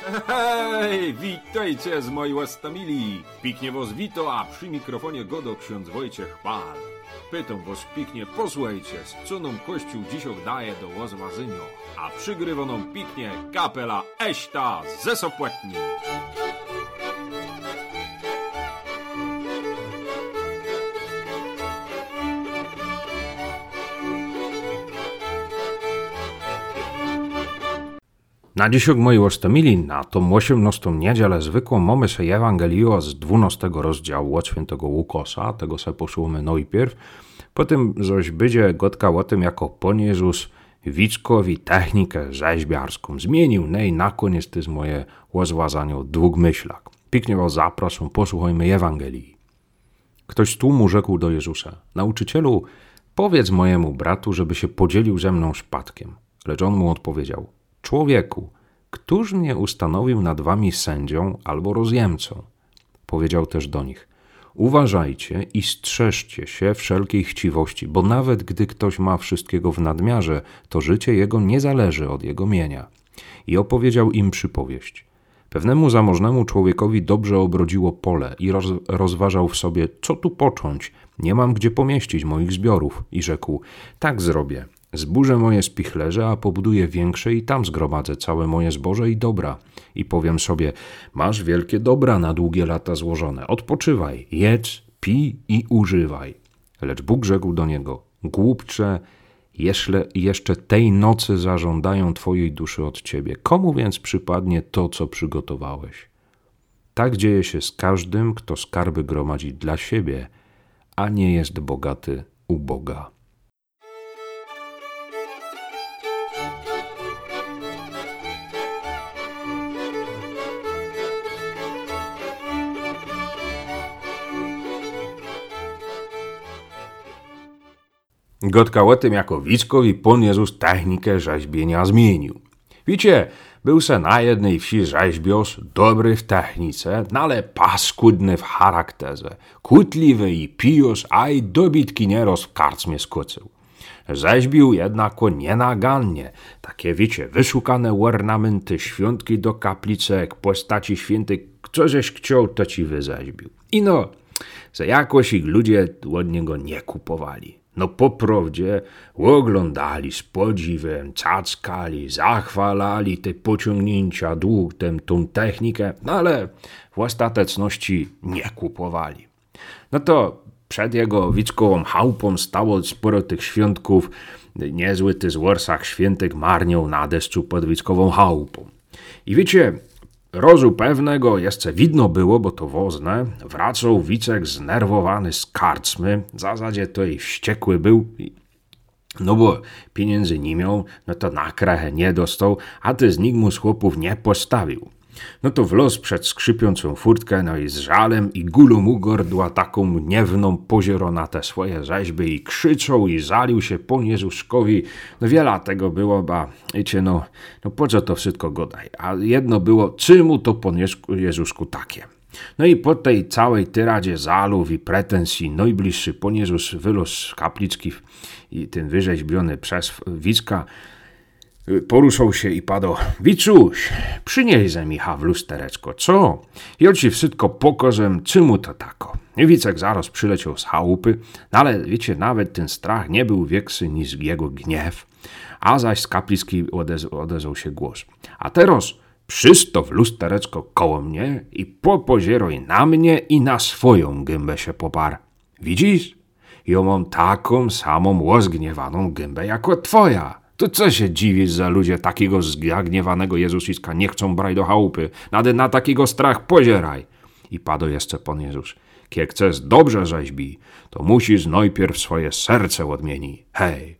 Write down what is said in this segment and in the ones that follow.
Hej, witajcie z mojej łastamili. Piknie was wito, a przy mikrofonie godo ksiądz Wojciech Pal. Pytam was piknie, posłuchajcie, z co nam Kościół dzisiaj daje do łazwazynio, a przygrywa nam piknie kapela Eśta ze Sopłetni. Na dzisiaj moi łastamili, na tą 18 niedzielę zwykłą mamy się Ewangelię z 12 rozdziału od świętego Łukosa, tego se posłuchamy najpierw, potem zaś będzie gotka o tym, jako Pan Jezus Wickowi technikę rzeźbiarską zmienił, no i na koniec to jest moje łazwazanie o dwóch myślach. Pięknie was zapraszam, posłuchajmy Ewangelii. Ktoś z tłumu rzekł do Jezusa: Nauczycielu, powiedz mojemu bratu, żeby się podzielił ze mną spadkiem. Lecz on mu odpowiedział: Człowieku, któż mnie ustanowił nad wami sędzią albo rozjemcą? Powiedział też do nich: Uważajcie i strzeżcie się wszelkiej chciwości, bo nawet gdy ktoś ma wszystkiego w nadmiarze, to życie jego nie zależy od jego mienia. I opowiedział im przypowieść. Pewnemu zamożnemu człowiekowi dobrze obrodziło pole i rozważał w sobie, co tu począć, nie mam gdzie pomieścić moich zbiorów. I rzekł: Tak zrobię. Zburzę moje spichlerze, a pobuduję większe i tam zgromadzę całe moje zboże i dobra. I powiem sobie: masz wielkie dobra na długie lata złożone. Odpoczywaj, jedz, pij i używaj. Lecz Bóg rzekł do niego: Głupcze, jeszcze tej nocy zażądają twojej duszy od ciebie. Komu więc przypadnie to, co przygotowałeś? Tak dzieje się z każdym, kto skarby gromadzi dla siebie, a nie jest bogaty u Boga. Gotka o tym, jako Wickowi Pan Jezus technikę rzeźbienia zmienił. Wiecie, był se na jednej wsi rzeźbiarz, dobry w technice, no ale paskudny w charakterze, kłótliwy i pijos, a i dobitki nieraz w karczmie skoczył. Rzeźbił jednako nienagannie, takie wiecie, wyszukane ornamenty, świątki do kaplicek, postaci świętych, co żeś chciał, to ci wyrzeźbił. I no, że jakoś ich ludzie od niego nie kupowali. No poprawdzie oglądali z podziwem, cackali, zachwalali te pociągnięcia dług, tą technikę, no ale w ostateczności nie kupowali. No to przed jego wickową chałupą stało sporo tych świątków, niezły ty z Warsach świętek marnią na deszczu pod wickową chałupą. I wiecie, rozu pewnego jeszcze widno było, bo to wozne, wracał Wicek znerwowany z karczmy, w zasadzie to i wściekły był, no bo pieniędzy nie miał, no to na krechę nie dostał, a ty z nikt mu z chłopów nie postawił. No to wlazł przed skrzypiącą furtkę, no i z żalem i gulą mu gordła taką gniewną poziero na te swoje rzeźby i krzyczał i żalił się Pan Jezuskowi. No wiele tego było, ba, wiecie, no po co to wszystko godaj? A jedno było, czemu to Pan Jezusku takie? No i po tej całej tyradzie żalów i pretensji najbliższy Pan Jezus wylósł z kapliczki i ten wyrzeźbiony przez Wicka, poruszał się i padał: Wicuś, przynieś ze mi w lustereczko, co? Ja ci wszystko pokażę, czemu to tako. Wicek zaraz przyleciał z chałupy, no ale wiecie, nawet ten strach nie był większy niż jego gniew, a zaś z kapliczki odezwał się głos: A teraz przystaw lustereczko koło mnie i popozieraj na mnie i na swoją gębę się popar. Widzisz? Ja mam taką samą rozgniewaną gębę jako twoja. To co się dziwisz, że ludzie takiego zagniewanego Jezusiska nie chcą brać do chałupy? Nade na takiego strach pozieraj. I padł jeszcze Pan Jezus: Kie chcesz dobrze rzeźbi, to musisz najpierw swoje serce odmienić. Hej!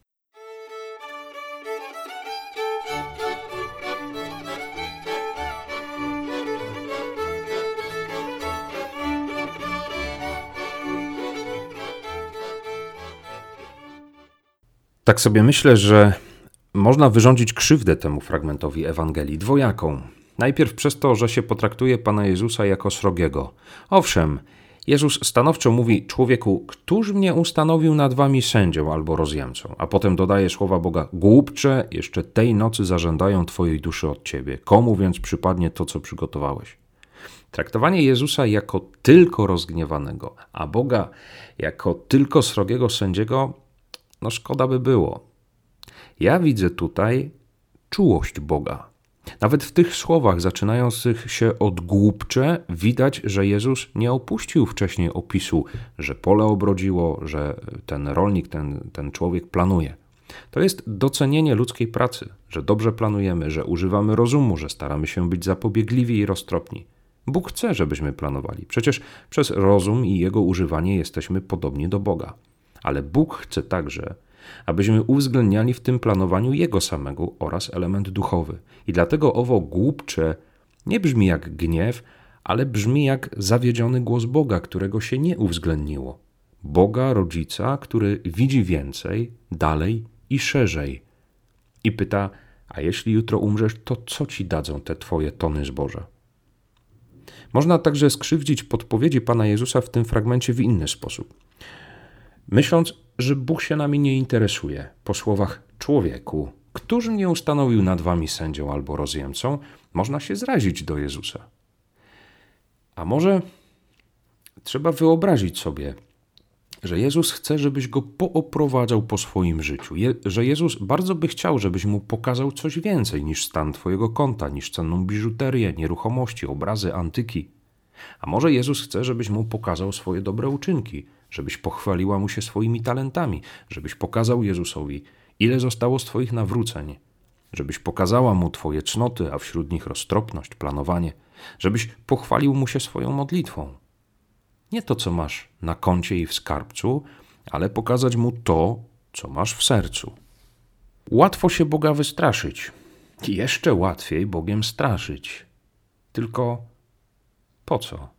Tak sobie myślę, że można wyrządzić krzywdę temu fragmentowi Ewangelii dwojaką. Najpierw przez to, że się potraktuje Pana Jezusa jako srogiego. Owszem, Jezus stanowczo mówi: człowieku, któż mnie ustanowił nad wami sędzią albo rozjemcą? A potem dodaje słowa Boga: głupcze, jeszcze tej nocy zażądają twojej duszy od ciebie. Komu więc przypadnie to, co przygotowałeś? Traktowanie Jezusa jako tylko rozgniewanego, a Boga jako tylko srogiego sędziego, no szkoda by było. Ja widzę tutaj czułość Boga. Nawet w tych słowach zaczynających się od głupcze widać, że Jezus nie opuścił wcześniej opisu, że pole obrodziło, że ten rolnik, ten człowiek planuje. To jest docenienie ludzkiej pracy, że dobrze planujemy, że używamy rozumu, że staramy się być zapobiegliwi i roztropni. Bóg chce, żebyśmy planowali. Przecież przez rozum i jego używanie jesteśmy podobni do Boga. Ale Bóg chce także, abyśmy uwzględniali w tym planowaniu Jego samego oraz element duchowy. I dlatego owo głupcze nie brzmi jak gniew, ale brzmi jak zawiedziony głos Boga, którego się nie uwzględniło. Boga, rodzica, który widzi więcej, dalej i szerzej. I pyta: a jeśli jutro umrzesz, to co ci dadzą te twoje tony zboża? Można także skrzywdzić podpowiedzi Pana Jezusa w tym fragmencie w inny sposób. Myśląc, że Bóg się nami nie interesuje, po słowach: człowieku, któż mnie ustanowił nad wami sędzią albo rozjemcą, można się zrazić do Jezusa. A może trzeba wyobrazić sobie, że Jezus chce, żebyś go pooprowadzał po swoim życiu, że Jezus bardzo by chciał, żebyś mu pokazał coś więcej niż stan twojego konta, niż cenną biżuterię, nieruchomości, obrazy, antyki. A może Jezus chce, żebyś mu pokazał swoje dobre uczynki, żebyś pochwaliła mu się swoimi talentami, żebyś pokazał Jezusowi, ile zostało z twoich nawróceń, żebyś pokazała mu twoje cnoty, a wśród nich roztropność, planowanie, żebyś pochwalił mu się swoją modlitwą. Nie to, co masz na koncie i w skarbcu, ale pokazać mu to, co masz w sercu. Łatwo się Boga wystraszyć. I jeszcze łatwiej Bogiem straszyć. Tylko po co?